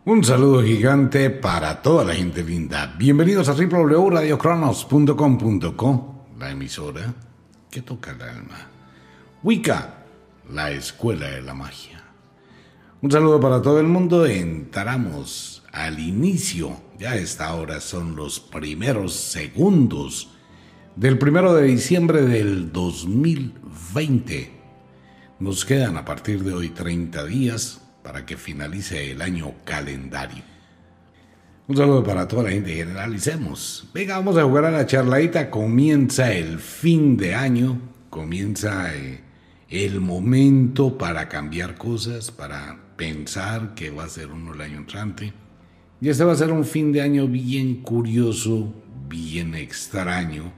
Un saludo gigante para toda la gente linda. Bienvenidos a www.radiocronos.com.co, la emisora que toca el alma. Wicca, la escuela de la magia. Un saludo para todo el mundo. Entramos al inicio. Ya a esta hora son los primeros segundos del 1 de diciembre del 2020. Nos quedan a partir de hoy 30 días para que finalice el año calendario. Un saludo para toda la gente, generalicemos. Venga, vamos a jugar a la charladita. Comienza el fin de año, comienza el momento para cambiar cosas, para pensar que va a ser uno el año entrante. Y este va a ser un fin de año bien curioso, bien extraño,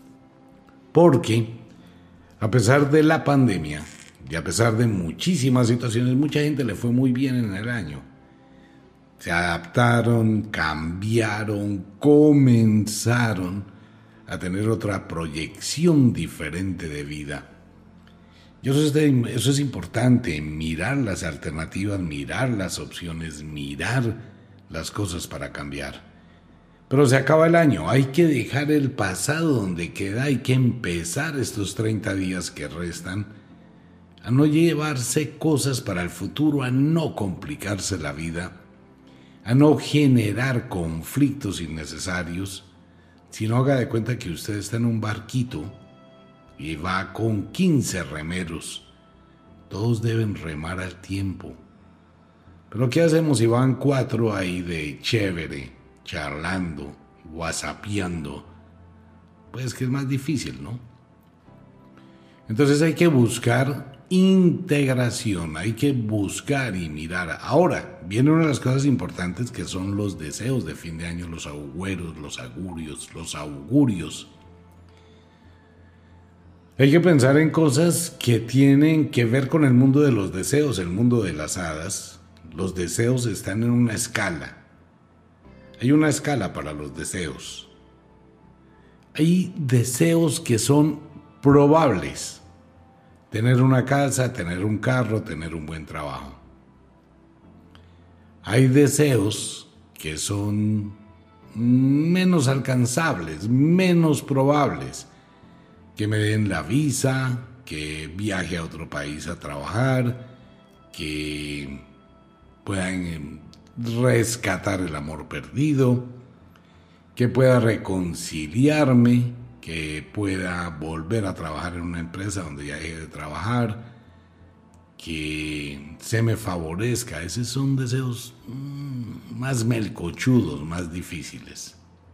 porque a pesar de la pandemia, y a pesar de muchísimas situaciones, mucha gente le fue muy bien en el año. Se adaptaron, cambiaron, comenzaron a tener otra proyección diferente de vida. Y eso es importante, mirar las alternativas, mirar las opciones, mirar las cosas para cambiar. Pero se acaba el año, hay que dejar el pasado donde queda, hay que empezar estos 30 días que restan a no llevarse cosas para el futuro, a no complicarse la vida, a no generar conflictos innecesarios, sino haga de cuenta que usted está en un barquito y va con 15 remeros. Todos deben remar al tiempo. Pero ¿qué hacemos si van 4 ahí de chévere, charlando, whatsappeando? Pues que es más difícil, ¿no? Entonces hay que buscar integración, hay que buscar y mirar. Ahora, viene una de las cosas importantes que son los deseos de fin de año, los agüeros, los augurios. Hay que pensar en cosas que tienen que ver con el mundo de los deseos, el mundo de las hadas. Los deseos están en una escala. Hay una escala para los deseos. Hay deseos que son probables. Tener una casa, tener un carro, tener un buen trabajo. Hay deseos que son menos alcanzables, menos probables. Que me den la visa, que viaje a otro país a trabajar, que puedan rescatar el amor perdido, que pueda reconciliarme, que pueda volver a trabajar en una empresa donde ya deje de trabajar, que se me favorezca. Esos son deseos más melcochudos, más difíciles.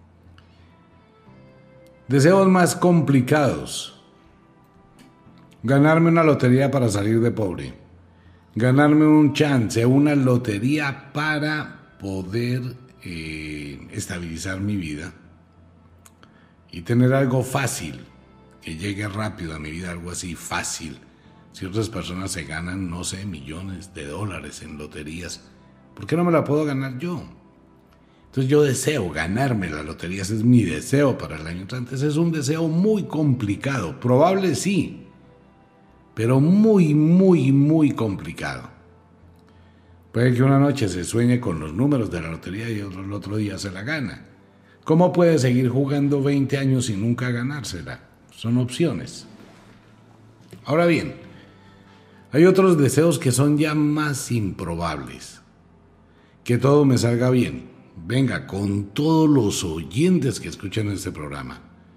Deseos más complicados. Ganarme una lotería para salir de pobre. Ganarme un chance, una lotería para poder estabilizar mi vida. Y tener algo fácil, que llegue rápido a mi vida, algo así fácil. Si otras personas se ganan, no sé, millones de dólares en loterías, ¿por qué no me la puedo ganar yo? Entonces yo deseo ganarme la lotería, ese es mi deseo para el año entrante. Ese es un deseo muy complicado, probable sí, pero muy, muy, muy complicado. Puede que una noche se sueñe con los números de la lotería y el otro día se la gana. ¿Cómo puede seguir jugando 20 años y nunca ganársela? Son opciones. Ahora bien, hay otros deseos que son ya más improbables. Que todo me salga bien. Venga, con todos los oyentes que escuchan este programa.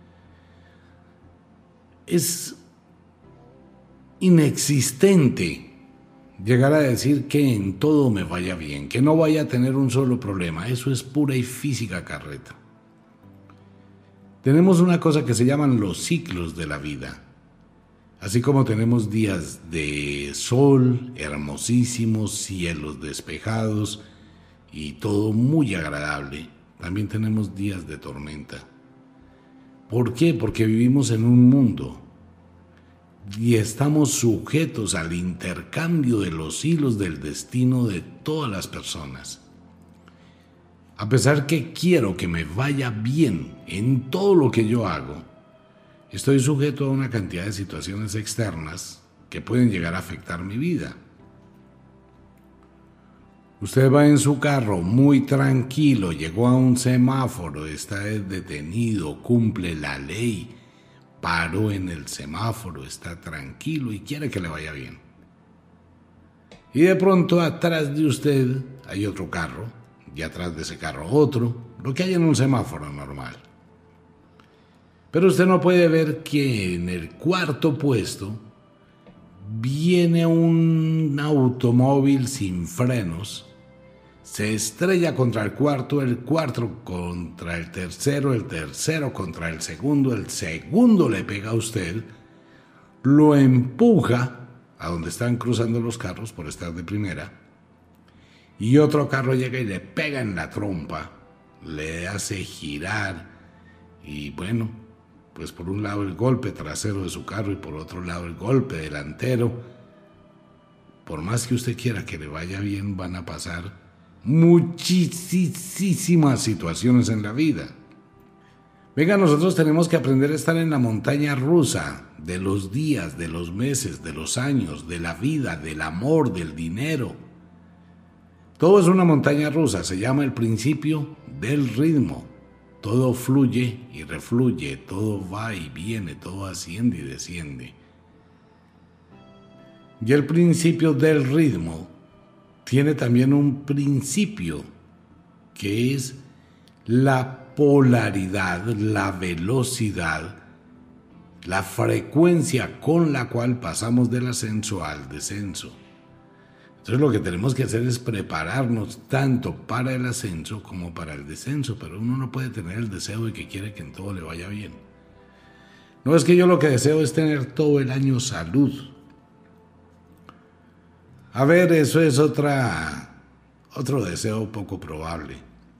Es inexistente llegar a decir que en todo me vaya bien, que no vaya a tener un solo problema. Eso es pura y física carreta. Tenemos una cosa que se llaman los ciclos de la vida. Así como tenemos días de sol, hermosísimos, cielos despejados y todo muy agradable, también tenemos días de tormenta. ¿Por qué? Porque vivimos en un mundo y estamos sujetos al intercambio de los hilos del destino de todas las personas. A pesar que quiero que me vaya bien en todo lo que yo hago, estoy sujeto a una cantidad de situaciones externas que pueden llegar a afectar mi vida. Usted va en su carro muy tranquilo, llegó a un semáforo, está detenido, cumple la ley, paró en el semáforo, está tranquilo y quiere que le vaya bien. Y de pronto atrás de usted hay otro carro, y atrás de ese carro otro, lo que hay en un semáforo normal. Pero usted no puede ver que en el cuarto puesto viene un automóvil sin frenos, se estrella contra el cuarto contra el tercero contra el segundo le pega a usted, lo empuja a donde están cruzando los carros por estar de primera, y otro carro llega y le pega en la trompa, le hace girar, y bueno, pues por un lado el golpe trasero de su carro y por otro lado el golpe delantero. Por más que usted quiera que le vaya bien, van a pasar muchísimas situaciones en la vida. Venga, nosotros tenemos que aprender a estar en la montaña rusa de los días, de los meses, de los años, de la vida, del amor, del dinero. Todo es una montaña rusa, se llama el principio del ritmo. Todo fluye y refluye, todo va y viene, todo asciende y desciende. Y el principio del ritmo tiene también un principio que es la polaridad, la velocidad, la frecuencia con la cual pasamos del ascenso al descenso. Entonces lo que tenemos que hacer es prepararnos tanto para el ascenso como para el descenso, pero uno no puede tener el deseo de que quiere que en todo le vaya bien. No, es que yo lo que deseo es tener todo el año salud. A ver, eso es otro deseo poco probable.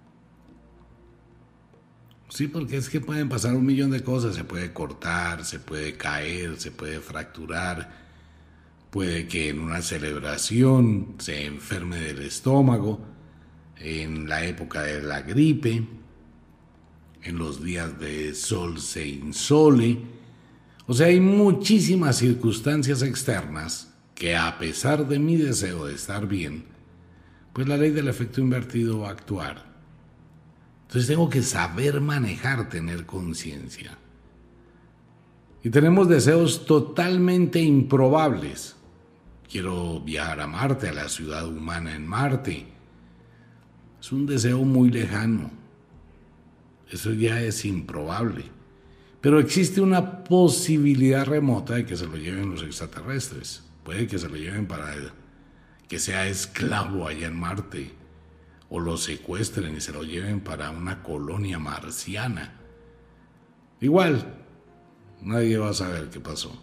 Sí, porque es que pueden pasar 1.000.000 de cosas, se puede cortar, se puede caer, se puede fracturar. Puede que en una celebración se enferme del estómago, en la época de la gripe, en los días de sol se insole. O sea, hay muchísimas circunstancias externas que, a pesar de mi deseo de estar bien, pues la ley del efecto invertido va a actuar. Entonces tengo que saber manejar, tener conciencia. Y tenemos deseos totalmente improbables. Quiero viajar a Marte, a la ciudad humana en Marte. Es un deseo muy lejano. Eso ya es improbable. Pero existe una posibilidad remota de que se lo lleven los extraterrestres. Puede que se lo lleven para que sea esclavo allá en Marte. O lo secuestren y se lo lleven para una colonia marciana. Igual, nadie va a saber qué pasó.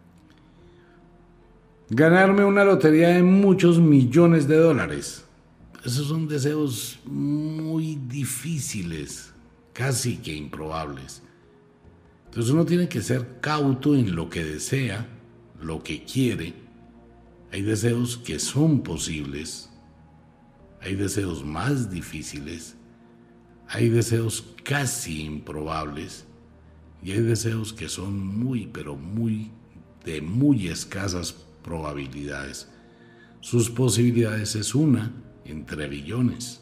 Ganarme una lotería de muchos millones de dólares. Esos son deseos muy difíciles, casi que improbables. Entonces uno tiene que ser cauto en lo que desea, lo que quiere. Hay deseos que son posibles, hay deseos más difíciles, hay deseos casi improbables y hay deseos que son muy, pero muy, de muy escasas probabilidades. Sus posibilidades es una entre billones.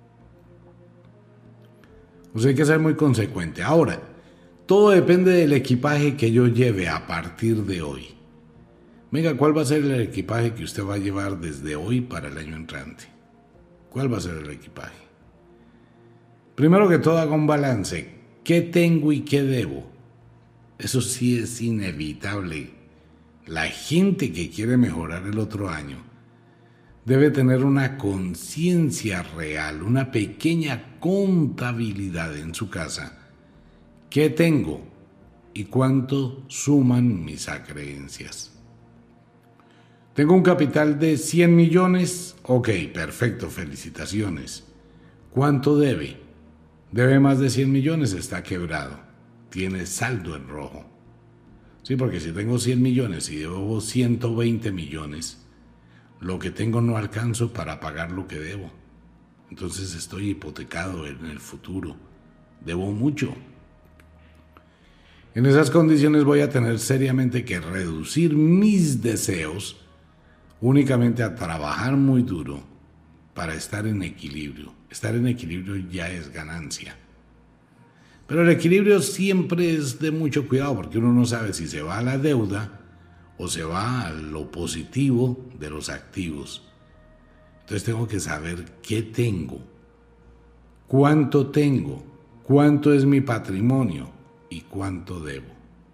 O sea, hay que ser muy consecuente. Ahora, todo depende del equipaje que yo lleve a partir de hoy. Venga, ¿cuál va a ser el equipaje que usted va a llevar desde hoy para el año entrante? ¿Cuál va a ser el equipaje? Primero que todo, haga un balance. ¿Qué tengo y qué debo? Eso sí es inevitable. La gente que quiere mejorar el otro año debe tener una conciencia real, una pequeña contabilidad en su casa. ¿Qué tengo y cuánto suman mis acreencias? Tengo un capital de 100 millones. Ok, perfecto, felicitaciones. ¿Cuánto debe? Debe más de 100 millones, está quebrado. Tiene saldo en rojo. Sí, porque si tengo 100 millones y debo 120 millones, lo que tengo no alcanzo para pagar lo que debo. Entonces estoy hipotecado en el futuro. Debo mucho. En esas condiciones voy a tener seriamente que reducir mis deseos únicamente a trabajar muy duro para estar en equilibrio. Estar en equilibrio ya es ganancia. Pero el equilibrio siempre es de mucho cuidado porque uno no sabe si se va a la deuda o se va a lo positivo de los activos. Entonces tengo que saber qué tengo, cuánto es mi patrimonio y cuánto debo.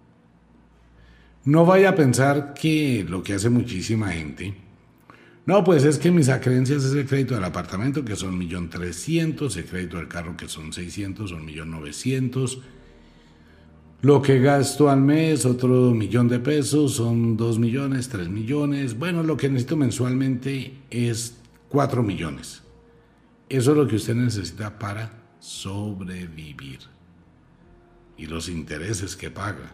No vaya a pensar que lo que hace muchísima gente, no, pues es que mis acreencias es el crédito del apartamento que son 1.300.000, el crédito del carro que son 600, son 1.900.000, lo que gasto al mes, otro 1.000.000 de pesos, son 2 millones, 3 millones, bueno, lo que necesito mensualmente es 4 millones. Eso es lo que usted necesita para sobrevivir. Y los intereses que paga.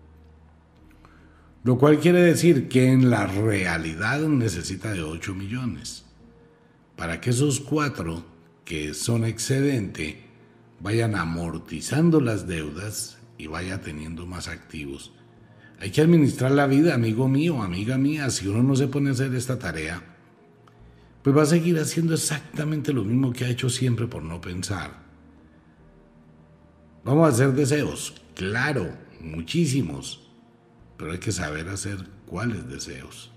Lo cual quiere decir que en la realidad necesita de 8 millones. Para que esos 4 que son excedente vayan amortizando las deudas y vaya teniendo más activos. Hay que administrar la vida, amigo mío, amiga mía. Si uno no se pone a hacer esta tarea, pues va a seguir haciendo exactamente lo mismo que ha hecho siempre por no pensar. Vamos a hacer deseos, claro, muchísimos. Pero hay que saber hacer cuáles deseos.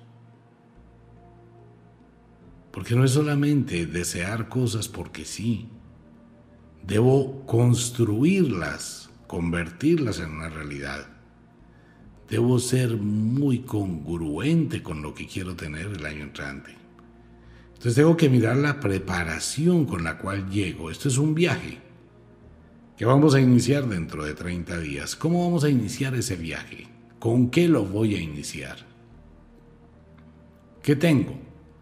Porque no es solamente desear cosas porque sí. Debo construirlas, convertirlas en una realidad. Debo ser muy congruente con lo que quiero tener el año entrante. Entonces tengo que mirar la preparación con la cual llego. Esto es un viaje que vamos a iniciar dentro de 30 días. ¿Cómo vamos a iniciar ese viaje? ¿Con qué lo voy a iniciar? ¿Qué tengo?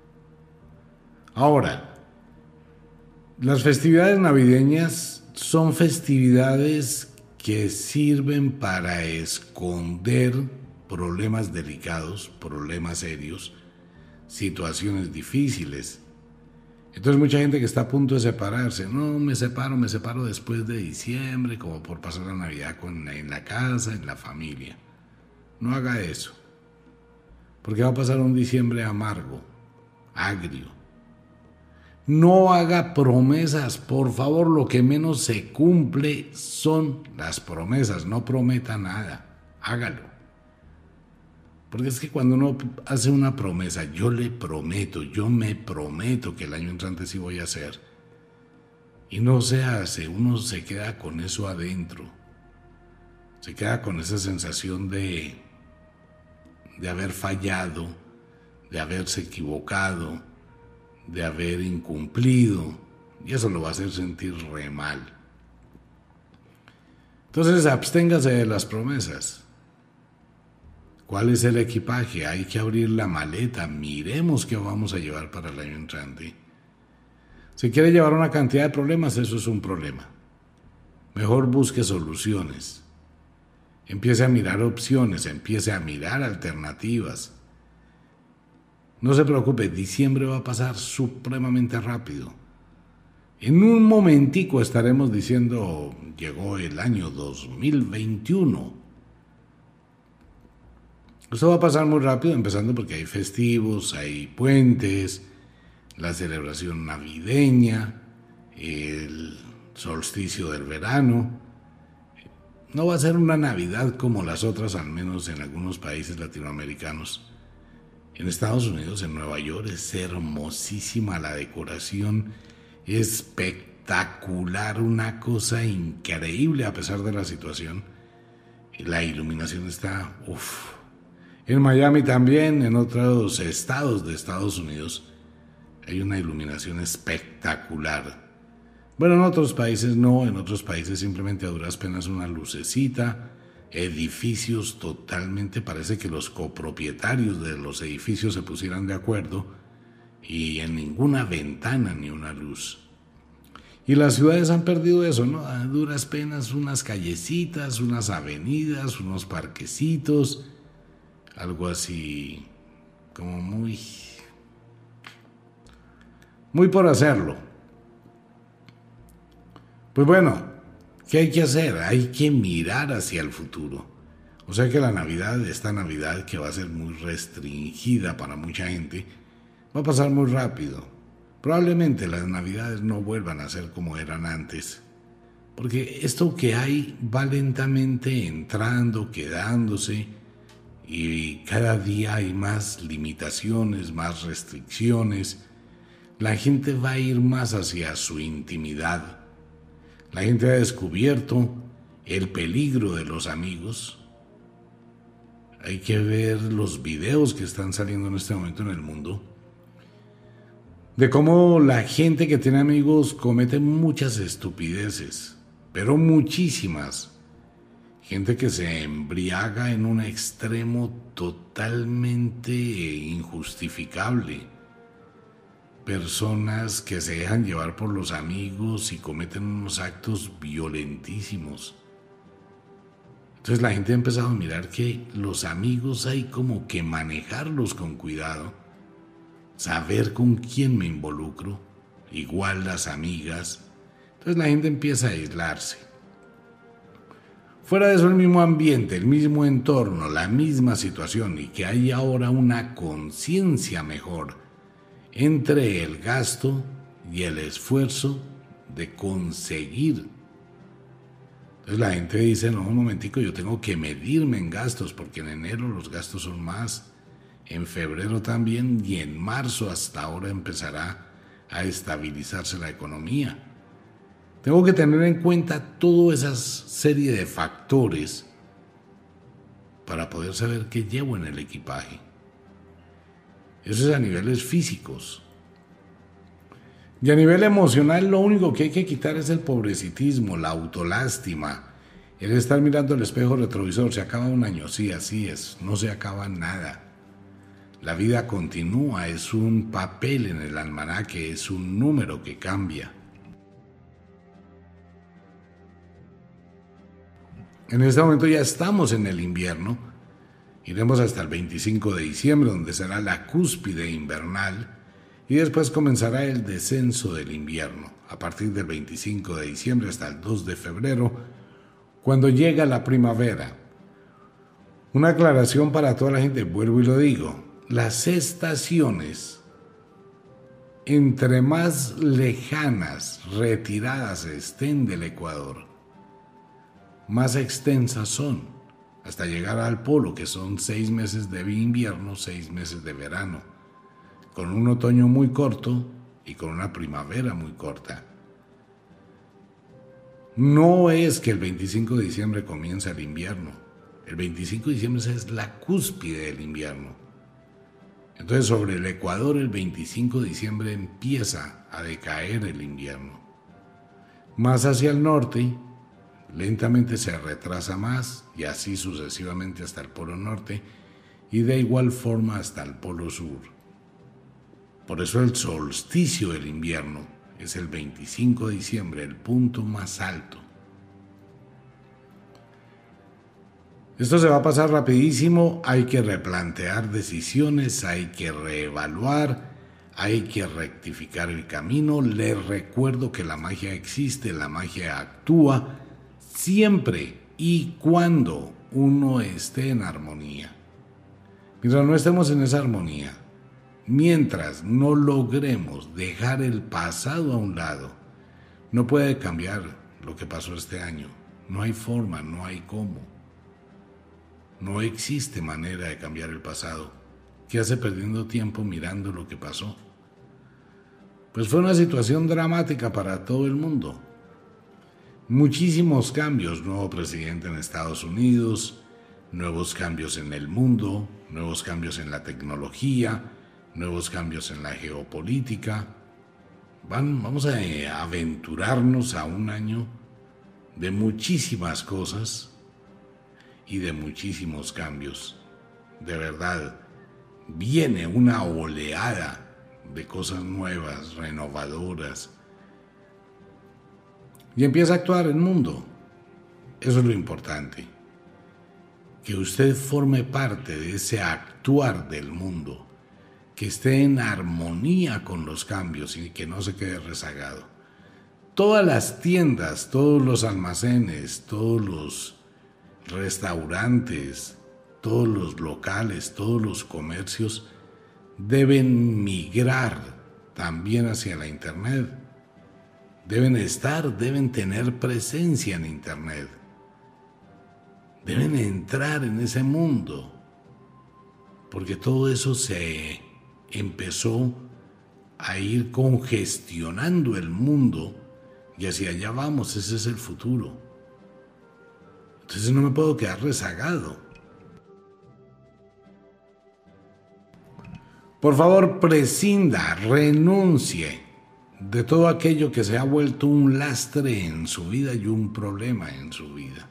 Ahora, las festividades navideñas son festividades que sirven para esconder problemas delicados, problemas serios, situaciones difíciles. Entonces mucha gente que está a punto de separarse, no, me separo después de diciembre, como por pasar la Navidad en la casa, en la familia. No haga eso, porque va a pasar un diciembre amargo, agrio. No haga promesas, por favor, lo que menos se cumple son las promesas, no prometa nada, hágalo. Porque es que cuando uno hace una promesa, yo me prometo que el año entrante sí voy a hacer, y no se hace, uno se queda con eso adentro, se queda con esa sensación de haber fallado, de haberse equivocado, de haber incumplido, y eso lo va a hacer sentir re mal. Entonces, absténgase de las promesas. ¿Cuál es el equipaje? Hay que abrir la maleta, miremos qué vamos a llevar para el año entrante. Si quiere llevar una cantidad de problemas, eso es un problema. Mejor busque soluciones. Empiece a mirar opciones, empiece a mirar alternativas. No se preocupe, diciembre va a pasar supremamente rápido. En un momentico estaremos diciendo, llegó el año 2021. Esto va a pasar muy rápido, empezando porque hay festivos, hay puentes, la celebración navideña, el solsticio del verano. No va a ser una Navidad como las otras, al menos en algunos países latinoamericanos. En Estados Unidos, en Nueva York, es hermosísima la decoración, espectacular, una cosa increíble a pesar de la situación. La iluminación está, En Miami también, en otros estados de Estados Unidos, hay una iluminación espectacular. Bueno, en otros países no, en otros países simplemente a duras penas una lucecita, edificios totalmente, parece que los copropietarios de los edificios se pusieran de acuerdo y en ninguna ventana ni una luz. Y las ciudades han perdido eso, ¿no? A duras penas unas callecitas, unas avenidas, unos parquecitos, algo así como muy por hacerlo. Pues bueno, ¿qué hay que hacer? Hay que mirar hacia el futuro. O sea que la Navidad, esta Navidad que va a ser muy restringida para mucha gente, va a pasar muy rápido. Probablemente las navidades no vuelvan a ser como eran antes, porque esto que hay va lentamente entrando, quedándose, y cada día hay más limitaciones, más restricciones. La gente va a ir más hacia su intimidad. La gente ha descubierto el peligro de los amigos. Hay que ver los videos que están saliendo en este momento en el mundo, de cómo la gente que tiene amigos comete muchas estupideces, pero muchísimas. Gente que se embriaga en un extremo totalmente injustificable. Personas que se dejan llevar por los amigos y cometen unos actos violentísimos. Entonces la gente ha empezado a mirar que los amigos hay como que manejarlos con cuidado, saber con quién me involucro, igual las amigas. Entonces la gente empieza a aislarse. Fuera de eso, el mismo ambiente, el mismo entorno, la misma situación, y que hay ahora una conciencia mejor entre el gasto y el esfuerzo de conseguir. Entonces la gente dice, no, un momentico, yo tengo que medirme en gastos, porque en enero los gastos son más, en febrero también, y en marzo hasta ahora empezará a estabilizarse la economía. Tengo que tener en cuenta toda esa serie de factores para poder saber qué llevo en el equipaje. Eso es a niveles físicos. Y a nivel emocional, lo único que hay que quitar es el pobrecitismo, la autolástima, el estar mirando el espejo retrovisor. Se acaba un año, sí, así es, no se acaba nada. La vida continúa, es un papel en el almanaque, es un número que cambia. En este momento ya estamos en el invierno, iremos hasta el 25 de diciembre, donde será la cúspide invernal, y después comenzará el descenso del invierno, a partir del 25 de diciembre hasta el 2 de febrero, cuando llega la primavera. Una aclaración para toda la gente, vuelvo y lo digo, las estaciones, entre más lejanas, retiradas estén del Ecuador, más extensas son, hasta llegar al polo, que son 6 meses de invierno, 6 meses de verano, con un otoño muy corto y con una primavera muy corta. No es que el 25 de diciembre comienza el invierno. El 25 de diciembre es la cúspide del invierno. Entonces, sobre el Ecuador, el 25 de diciembre empieza a decaer el invierno. Más hacia el norte, lentamente se retrasa más, y así sucesivamente hasta el polo norte, y de igual forma hasta el polo sur. Por eso el solsticio del invierno es el 25 de diciembre, el punto más alto. Esto se va a pasar rapidísimo, hay que replantear decisiones, hay que reevaluar, hay que rectificar el camino. Les recuerdo que la magia existe, la magia actúa siempre y cuando uno esté en armonía. Mientras no estemos en esa armonía, mientras no logremos dejar el pasado a un lado, no puede cambiar lo que pasó este año. No hay forma, no hay cómo. No existe manera de cambiar el pasado. ¿Qué hace perdiendo tiempo mirando lo que pasó? Pues fue una situación dramática para todo el mundo. Muchísimos cambios, nuevo presidente en Estados Unidos, nuevos cambios en el mundo, nuevos cambios en la tecnología, nuevos cambios en la geopolítica. Vamos a aventurarnos a un año de muchísimas cosas y de muchísimos cambios. De verdad, viene una oleada de cosas nuevas, renovadoras, y empieza a actuar el mundo. Eso es lo importante, que usted forme parte de ese actuar del mundo, que esté en armonía con los cambios y que no se quede rezagado. Todas las tiendas, todos los almacenes, todos los restaurantes, todos los locales, todos los comercios deben migrar también hacia la Internet. Deben tener presencia en Internet. Deben entrar en ese mundo. Porque todo eso se empezó a ir congestionando el mundo y hacia allá vamos, ese es el futuro. Entonces no me puedo quedar rezagado. Por favor, prescinda, renuncie de todo aquello que se ha vuelto un lastre en su vida y un problema en su vida.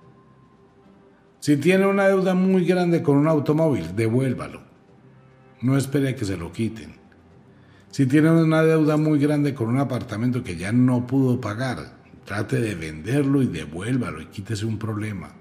Si tiene una deuda muy grande con un automóvil, devuélvalo. No espere a que se lo quiten. Si tiene una deuda muy grande con un apartamento que ya no pudo pagar, trate de venderlo y devuélvalo y quítese un problema.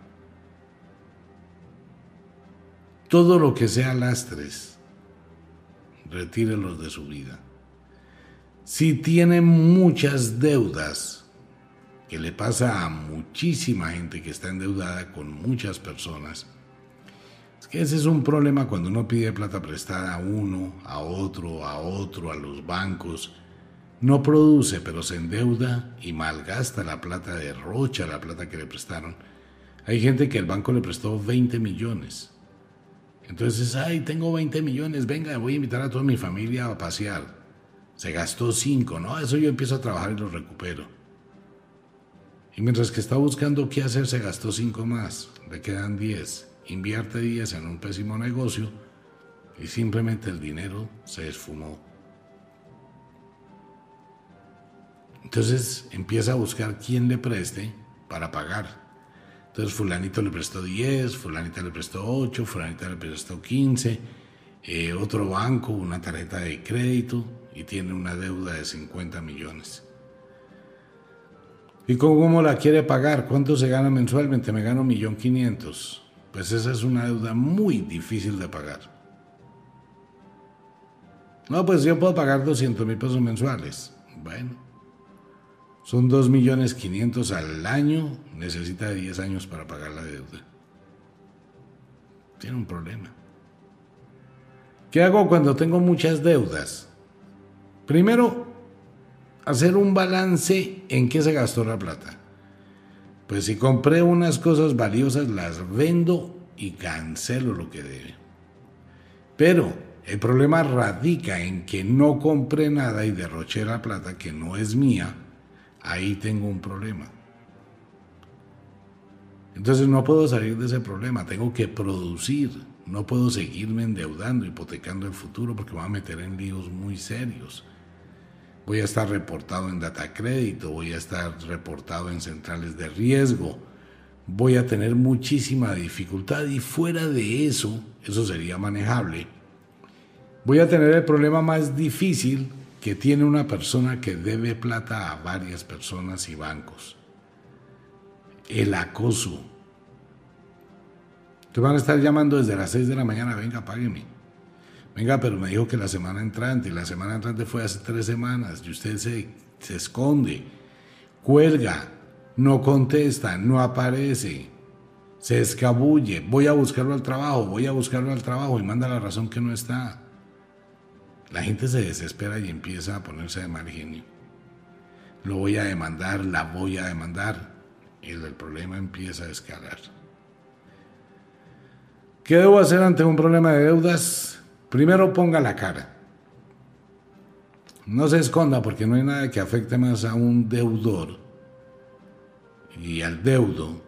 Todo lo que sea lastres, retírelos de su vida. Si tiene muchas deudas, que le pasa a muchísima gente que está endeudada con muchas personas, es que ese es un problema cuando uno pide plata prestada a uno, a otro, a los bancos. No produce, pero se endeuda y malgasta la plata, derrocha la plata que le prestaron. Hay gente que el banco le prestó 20 millones. Entonces, tengo 20 millones, venga, voy a invitar a toda mi familia a pasear. Se gastó 5, ¿no? Eso yo empiezo a trabajar y lo recupero. Y mientras que está buscando qué hacer, se gastó 5 más, le quedan 10. Invierte 10 en un pésimo negocio y simplemente el dinero se esfumó. Entonces empieza a buscar quién le preste para pagar. Entonces fulanito le prestó 10, fulanita le prestó 8, fulanita le prestó 15, otro banco, una tarjeta de crédito y tiene una deuda de 50 millones. ¿Y cómo la quiere pagar? ¿Cuánto se gana mensualmente? Me gano 1.500.000. Pues esa es una deuda muy difícil de pagar. No, pues yo puedo pagar 200,000 pesos mensuales. Bueno, son 2.500.000 al año. Necesita 10 años para pagar la deuda. Tiene un problema. ¿Qué hago cuando tengo muchas deudas? Primero, hacer un balance en qué se gastó la plata. Pues si compré unas cosas valiosas, las vendo y cancelo lo que debe. Pero el problema radica en que no compré nada y derroché la plata que no es mía. Ahí tengo un problema. Entonces no puedo salir de ese problema, tengo que producir. No puedo seguirme endeudando, hipotecando el futuro porque me voy a meter en líos muy serios. Voy a estar reportado en data crédito, voy a estar reportado en centrales de riesgo, voy a tener muchísima dificultad y fuera de eso sería manejable. Voy a tener el problema más difícil que tiene una persona que debe plata a varias personas y bancos. El acoso. Te van a estar llamando desde las 6 de la mañana, venga, págueme. Venga, pero me dijo que la semana entrante, y la semana entrante fue hace 3 semanas, y usted se esconde, cuelga, no contesta, no aparece, se escabulle, voy a buscarlo al trabajo, y manda la razón que no está. La gente se desespera y empieza a ponerse de mal genio. Lo voy a demandar, la voy a demandar, y el problema empieza a escalar. ¿Qué debo hacer ante un problema de deudas? Primero ponga la cara. No se esconda porque no hay nada que afecte más a un deudor y al deudo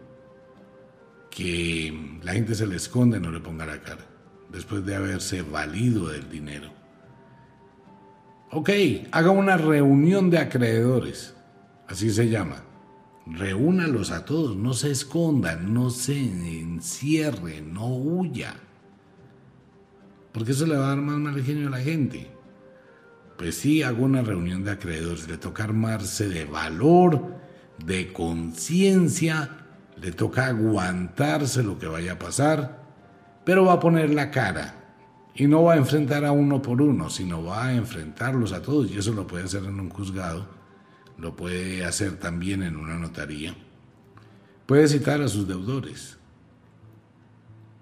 que la gente se le esconde y no le ponga la cara después de haberse valido del dinero. Ok, haga una reunión de acreedores, así se llama. Reúnalos a todos, no se escondan, no se encierre, no huya. Porque eso le va a dar más mal genio a la gente. Pues sí, hago una reunión de acreedores, le toca armarse de valor, de conciencia, le toca aguantarse lo que vaya a pasar, pero va a poner la cara y no va a enfrentar a uno por uno, sino va a enfrentarlos a todos y eso lo puede hacer en un juzgado, lo puede hacer también en una notaría, puede citar a sus deudores.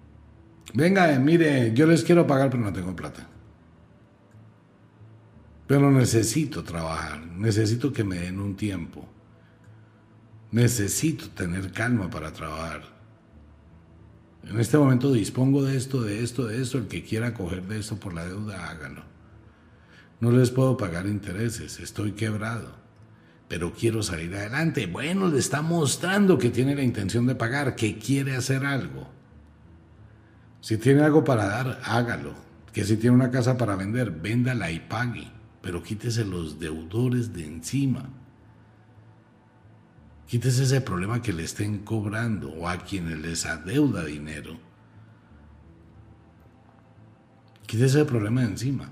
Venga, mire, yo les quiero pagar pero no tengo plata. pero necesito trabajar, necesito que me den un tiempo, necesito tener calma para trabajar. En este momento dispongo de esto, el que quiera coger de esto por la deuda, hágalo. No les puedo pagar intereses, estoy quebrado, pero quiero salir adelante. Bueno, le está mostrando que tiene la intención de pagar, que quiere hacer algo. Si tiene algo para dar, hágalo. Que si tiene una casa para vender, véndala y pague, pero quítese los deudores de encima. Quítese ese problema que le estén cobrando o a quienes les adeuda dinero. Quítese ese problema de encima.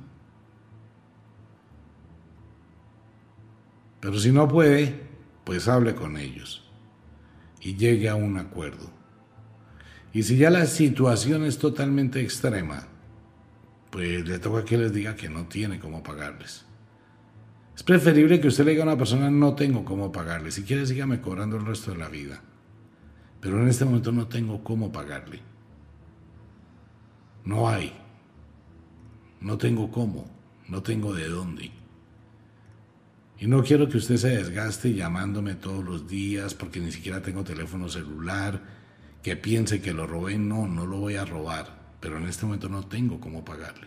Pero si no puede, pues hable con ellos y llegue a un acuerdo. Y si ya la situación es totalmente extrema, pues le toca que les diga que no tiene cómo pagarles. Es preferible que usted le diga a una persona: no tengo cómo pagarle, si quiere sígame cobrando el resto de la vida, pero en este momento no tengo cómo pagarle. No hay. No tengo cómo, no tengo de dónde. Y no quiero que usted se desgaste llamándome todos los días porque ni siquiera tengo teléfono celular, que piense que lo robé. No, no lo voy a robar, pero en este momento no tengo cómo pagarle.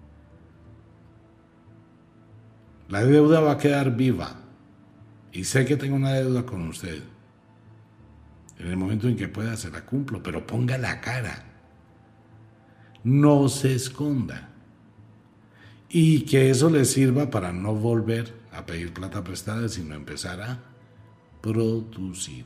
La deuda va a quedar viva y sé que tengo una deuda con usted. En el momento en que pueda se la cumplo, pero ponga la cara. No se esconda. Y que eso le sirva para no volver a pedir plata prestada, sino empezar a producir.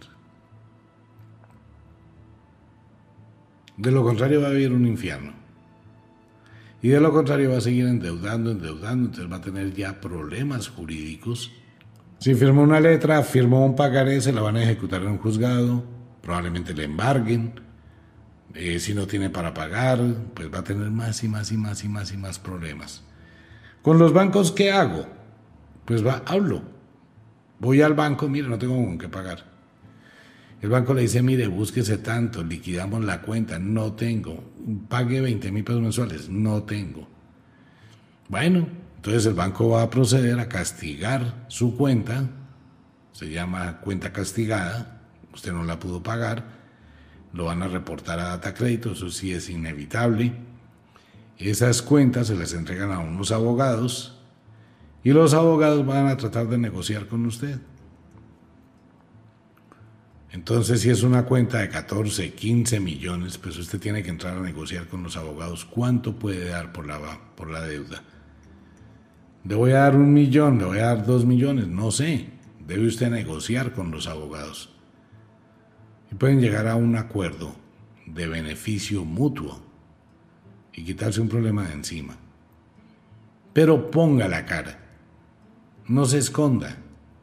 De lo contrario va a vivir un infierno. Y de lo contrario va a seguir endeudando, entonces va a tener ya problemas jurídicos. Si firmó una letra, firmó un pagaré, se la van a ejecutar en un juzgado, probablemente le embarguen. Si no tiene para pagar, pues va a tener más y más problemas. Con los bancos, ¿qué hago? Pues hablo. Voy al banco, mire, no tengo con qué pagar. El banco le dice: mire, búsquese tanto, liquidamos la cuenta, no tengo. Pague 20,000 pesos mensuales, no tengo. Bueno, entonces el banco va a proceder a castigar su cuenta, se llama cuenta castigada, usted no la pudo pagar, lo van a reportar a Data Crédito, eso sí es inevitable. Esas cuentas se les entregan a unos abogados y los abogados van a tratar de negociar con usted. Entonces, si es una cuenta de 14, 15 millones, pues usted tiene que entrar a negociar con los abogados cuánto puede dar por la deuda. Le voy a dar 1 millón, le voy a dar 2 millones, no sé. Debe usted negociar con los abogados. Y pueden llegar a un acuerdo de beneficio mutuo y quitarse un problema de encima. Pero ponga la cara. No se esconda,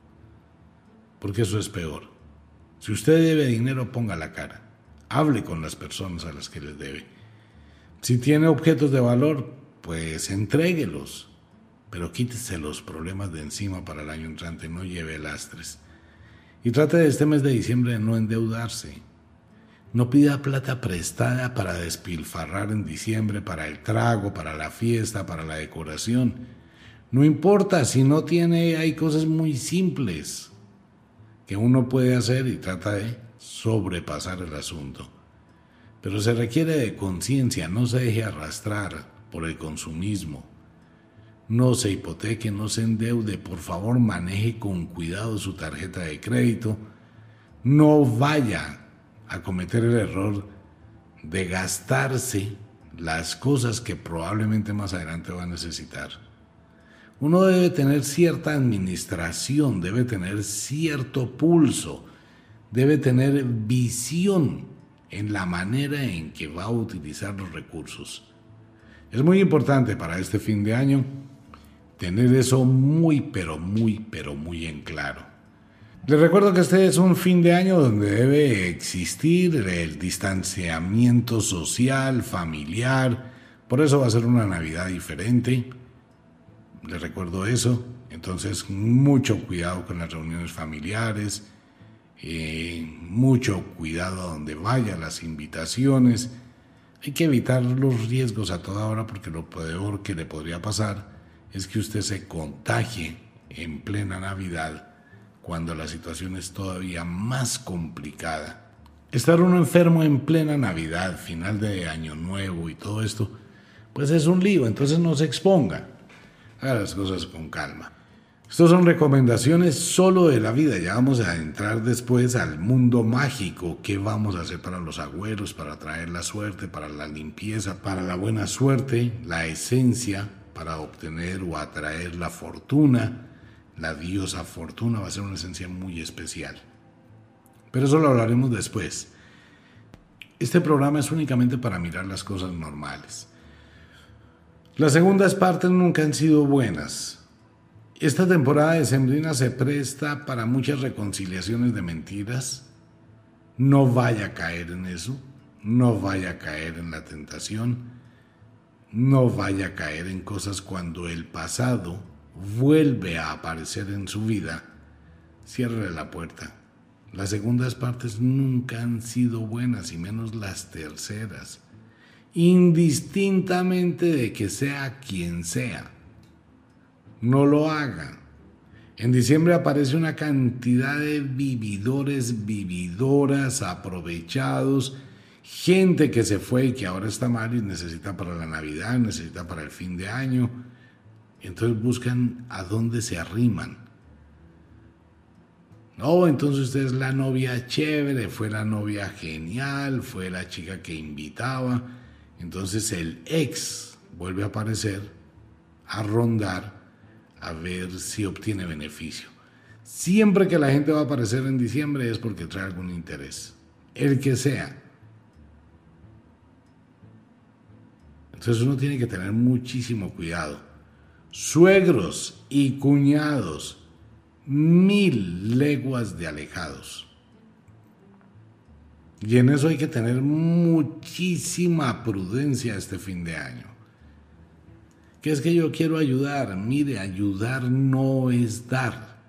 porque eso es peor. Si usted debe dinero, ponga la cara. Hable con las personas a las que les debe. Si tiene objetos de valor, pues entréguelos. Pero quítese los problemas de encima para el año entrante, no lleve lastres. Y trate de este mes de diciembre de no endeudarse. No pida plata prestada para despilfarrar en diciembre, para el trago, para la fiesta, para la decoración. No importa, si no tiene, hay cosas muy simples que uno puede hacer y trata de sobrepasar el asunto. Pero se requiere de conciencia, no se deje arrastrar por el consumismo. No se hipoteque, no se endeude, por favor maneje con cuidado su tarjeta de crédito. No vaya a cometer el error de gastarse las cosas que probablemente más adelante va a necesitar. Uno debe tener cierta administración, debe tener cierto pulso, debe tener visión en la manera en que va a utilizar los recursos. Es muy importante para este fin de año tener eso muy en claro. Les recuerdo que este es un fin de año donde debe existir el distanciamiento social, familiar, por eso va a ser una Navidad diferente. Les recuerdo eso. Entonces, mucho cuidado con las reuniones familiares, mucho cuidado a donde vayan las invitaciones. Hay que evitar los riesgos a toda hora porque lo peor que le podría pasar es que usted se contagie en plena Navidad cuando la situación es todavía más complicada. Estar uno enfermo en plena Navidad, final de Año Nuevo y todo esto, pues es un lío, entonces no se exponga. Haga las cosas con calma. Estas son recomendaciones solo de la vida. Ya vamos a entrar después al mundo mágico. ¿Qué vamos a hacer para los agüeros, para traer la suerte, para la limpieza, para la buena suerte, la esencia, para obtener o atraer la fortuna? La diosa fortuna va a ser una esencia muy especial. Pero eso lo hablaremos después. Este programa es únicamente para mirar las cosas normales. Las segundas partes nunca han sido buenas. Esta temporada decembrina se presta para muchas reconciliaciones de mentiras. No vaya a caer en eso. No vaya a caer en la tentación. No vaya a caer en cosas cuando el pasado vuelve a aparecer en su vida. Cierre la puerta. Las segundas partes nunca han sido buenas, y menos las terceras. Indistintamente de que sea quien sea. No lo hagan. En diciembre aparece una cantidad de vividores, vividoras, aprovechados, gente que se fue y que ahora está mal y necesita para la Navidad, necesita para el fin de año. Entonces buscan a dónde se arriman. No, entonces usted es la novia chévere, fue la novia genial, fue la chica que invitaba. Entonces el ex vuelve a aparecer, a rondar, a ver si obtiene beneficio. Siempre que la gente va a aparecer en diciembre es porque trae algún interés, el que sea. Entonces uno tiene que tener muchísimo cuidado. Suegros y cuñados, 1000 leguas de alejados. Y en eso hay que tener muchísima prudencia este fin de año. ¿Qué es que yo quiero ayudar? Mire, ayudar no es dar.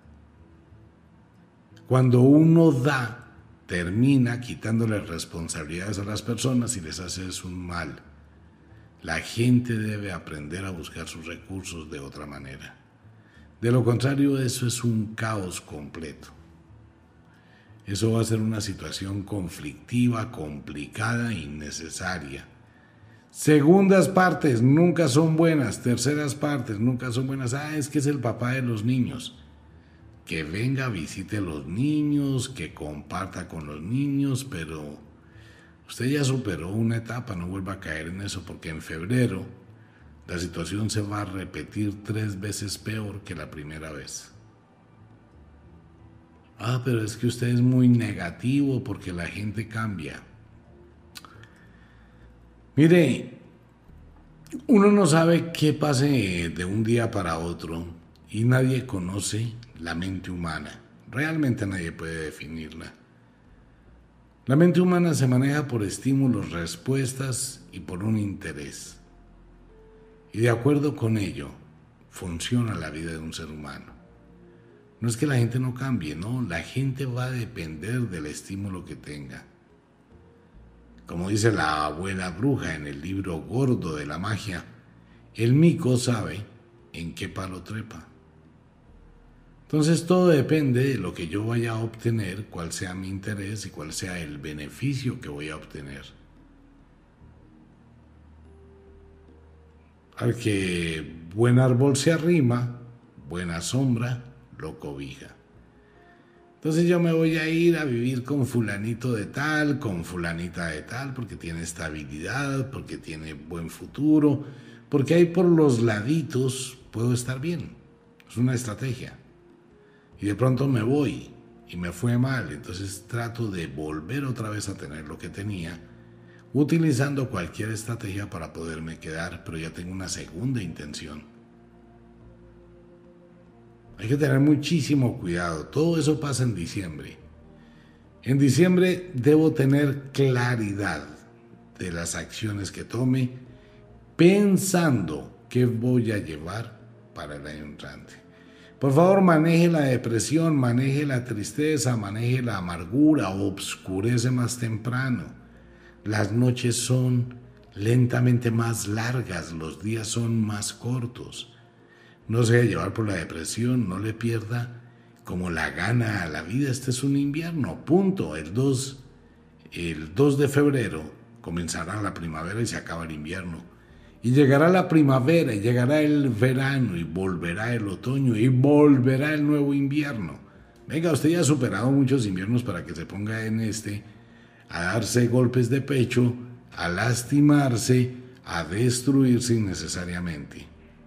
Cuando uno da, termina quitándole responsabilidades a las personas y les hace un mal. La gente debe aprender a buscar sus recursos de otra manera. De lo contrario, eso es un caos completo. Eso va a ser una situación conflictiva, complicada, innecesaria. Segundas partes nunca son buenas, terceras partes nunca son buenas. Es que es el papá de los niños. Que venga, visite a los niños, que comparta con los niños, pero usted ya superó una etapa, no vuelva a caer en eso, porque en febrero la situación se va a repetir 3 veces peor que la primera vez. Pero es que usted es muy negativo porque la gente cambia. Mire, uno no sabe qué pase de un día para otro y nadie conoce la mente humana. Realmente nadie puede definirla. La mente humana se maneja por estímulos, respuestas y por un interés. Y de acuerdo con ello, funciona la vida de un ser humano. No es que la gente no cambie, no, la gente va a depender del estímulo que tenga. Como dice la abuela bruja en el libro gordo de la magia, el mico sabe en qué palo trepa. Entonces todo depende de lo que yo vaya a obtener, cuál sea mi interés y cuál sea el beneficio que voy a obtener. Al que buen árbol se arrima, buena sombra lo cobija. Entonces yo me voy a ir a vivir con fulanito de tal, con fulanita de tal, porque tiene estabilidad, porque tiene buen futuro, porque ahí por los laditos puedo estar bien. Es una estrategia. Y de pronto me voy y me fue mal, entonces trato de volver otra vez a tener lo que tenía, utilizando cualquier estrategia para poderme quedar, pero ya tengo una segunda intención. Hay que tener muchísimo cuidado. Todo eso pasa en diciembre. En diciembre debo tener claridad de las acciones que tome, pensando qué voy a llevar para el año entrante. Por favor, maneje la depresión, maneje la tristeza, maneje la amargura, obscurece más temprano. Las noches son lentamente más largas, los días son más cortos. no se deje llevar por la depresión, no le pierda como la gana a la vida. Este es un invierno, punto. El 2 de febrero comenzará la primavera y se acaba el invierno. Y llegará la primavera, y llegará el verano, y volverá el otoño, y volverá el nuevo invierno. Venga, usted ya ha superado muchos inviernos para que se ponga en a darse golpes de pecho, a lastimarse, a destruirse innecesariamente.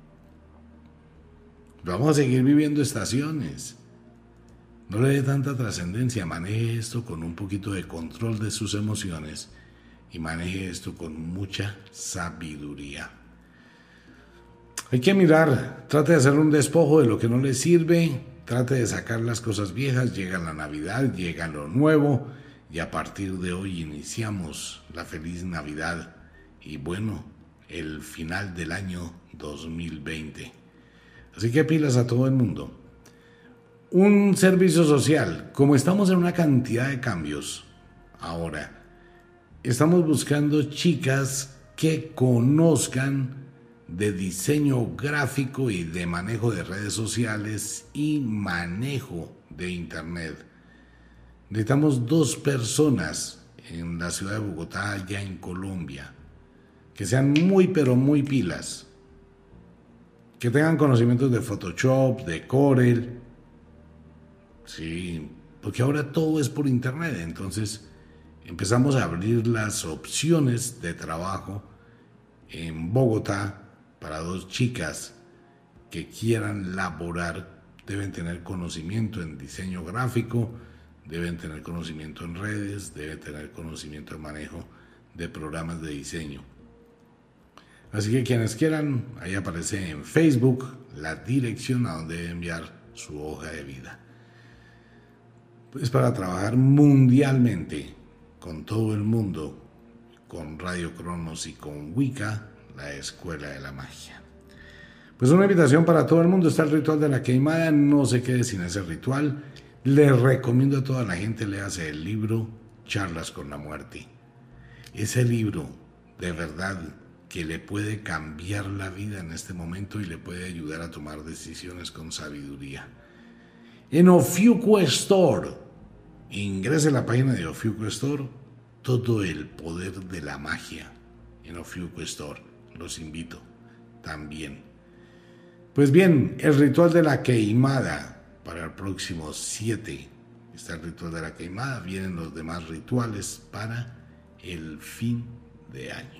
Vamos a seguir viviendo estaciones. No le dé tanta trascendencia, maneje esto con un poquito de control de sus emociones y maneje esto con mucha sabiduría. Hay que mirar, trate de hacer un despojo de lo que no le sirve, trate de sacar las cosas viejas, llega la Navidad, llega lo nuevo y a partir de hoy iniciamos la feliz Navidad y bueno, el final del año 2020. Así que pilas a todo el mundo. Un servicio social, como estamos en una cantidad de cambios ahora, estamos buscando chicas que conozcan de diseño gráfico y de manejo de redes sociales y manejo de internet. Necesitamos 2 personas en la ciudad de Bogotá, ya en Colombia, que sean muy pero muy pilas, que tengan conocimientos de Photoshop, de Corel. Sí, porque ahora todo es por internet, entonces empezamos a abrir las opciones de trabajo en Bogotá para 2 chicas que quieran laborar. Deben tener conocimiento en diseño gráfico, deben tener conocimiento en redes, deben tener conocimiento en manejo de programas de diseño. Así que quienes quieran, ahí aparece en Facebook la dirección a donde deben enviar su hoja de vida. Pues para trabajar mundialmente con todo el mundo, con Radio Cronos y con Wicca, la Escuela de la Magia. Pues una invitación para todo el mundo, está el ritual de la queimada, no se quede sin ese ritual. Le recomiendo a toda la gente léase el libro Charlas con la Muerte. Ese libro, de verdad, que le puede cambiar la vida en este momento y le puede ayudar a tomar decisiones con sabiduría. En Ofiuco Store, ingrese a la página de Ofiuco Store, todo el poder de la magia en Ofiuco Store. Los invito también. Pues bien, el ritual de la queimada para el próximo 7. Está el ritual de la queimada, vienen los demás rituales para el fin de año.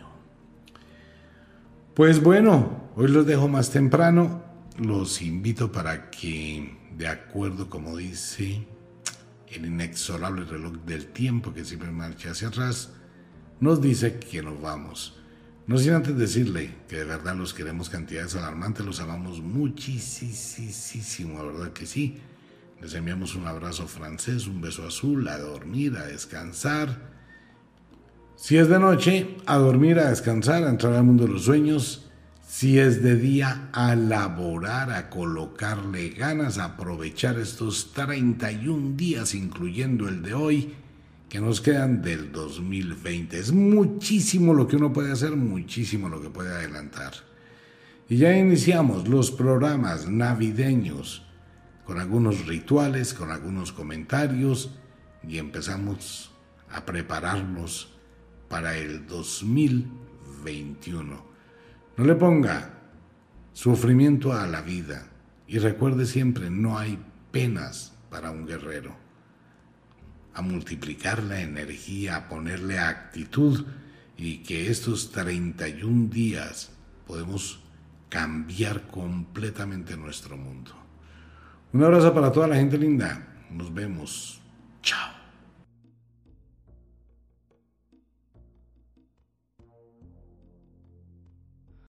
Pues bueno, hoy los dejo más temprano, los invito para que, de acuerdo como dice el inexorable reloj del tiempo que siempre marcha hacia atrás, nos dice que nos vamos. No sin antes decirle que de verdad los queremos cantidades alarmantes, los amamos muchísimo, la verdad que sí. Les enviamos un abrazo francés, un beso azul, a dormir, a descansar. Si es de noche, a dormir, a descansar, a entrar al mundo de los sueños. Si es de día, a laborar, a colocarle ganas, a aprovechar estos 31 días, incluyendo el de hoy, que nos quedan del 2020. Es muchísimo lo que uno puede hacer, muchísimo lo que puede adelantar. Y ya iniciamos los programas navideños con algunos rituales, con algunos comentarios y empezamos a prepararnos para el 2021. No le ponga sufrimiento a la vida y recuerde siempre, no hay penas para un guerrero. A multiplicar la energía, a ponerle actitud y que estos 31 días podemos cambiar completamente nuestro mundo. Un abrazo para toda la gente linda. Nos vemos. Chao.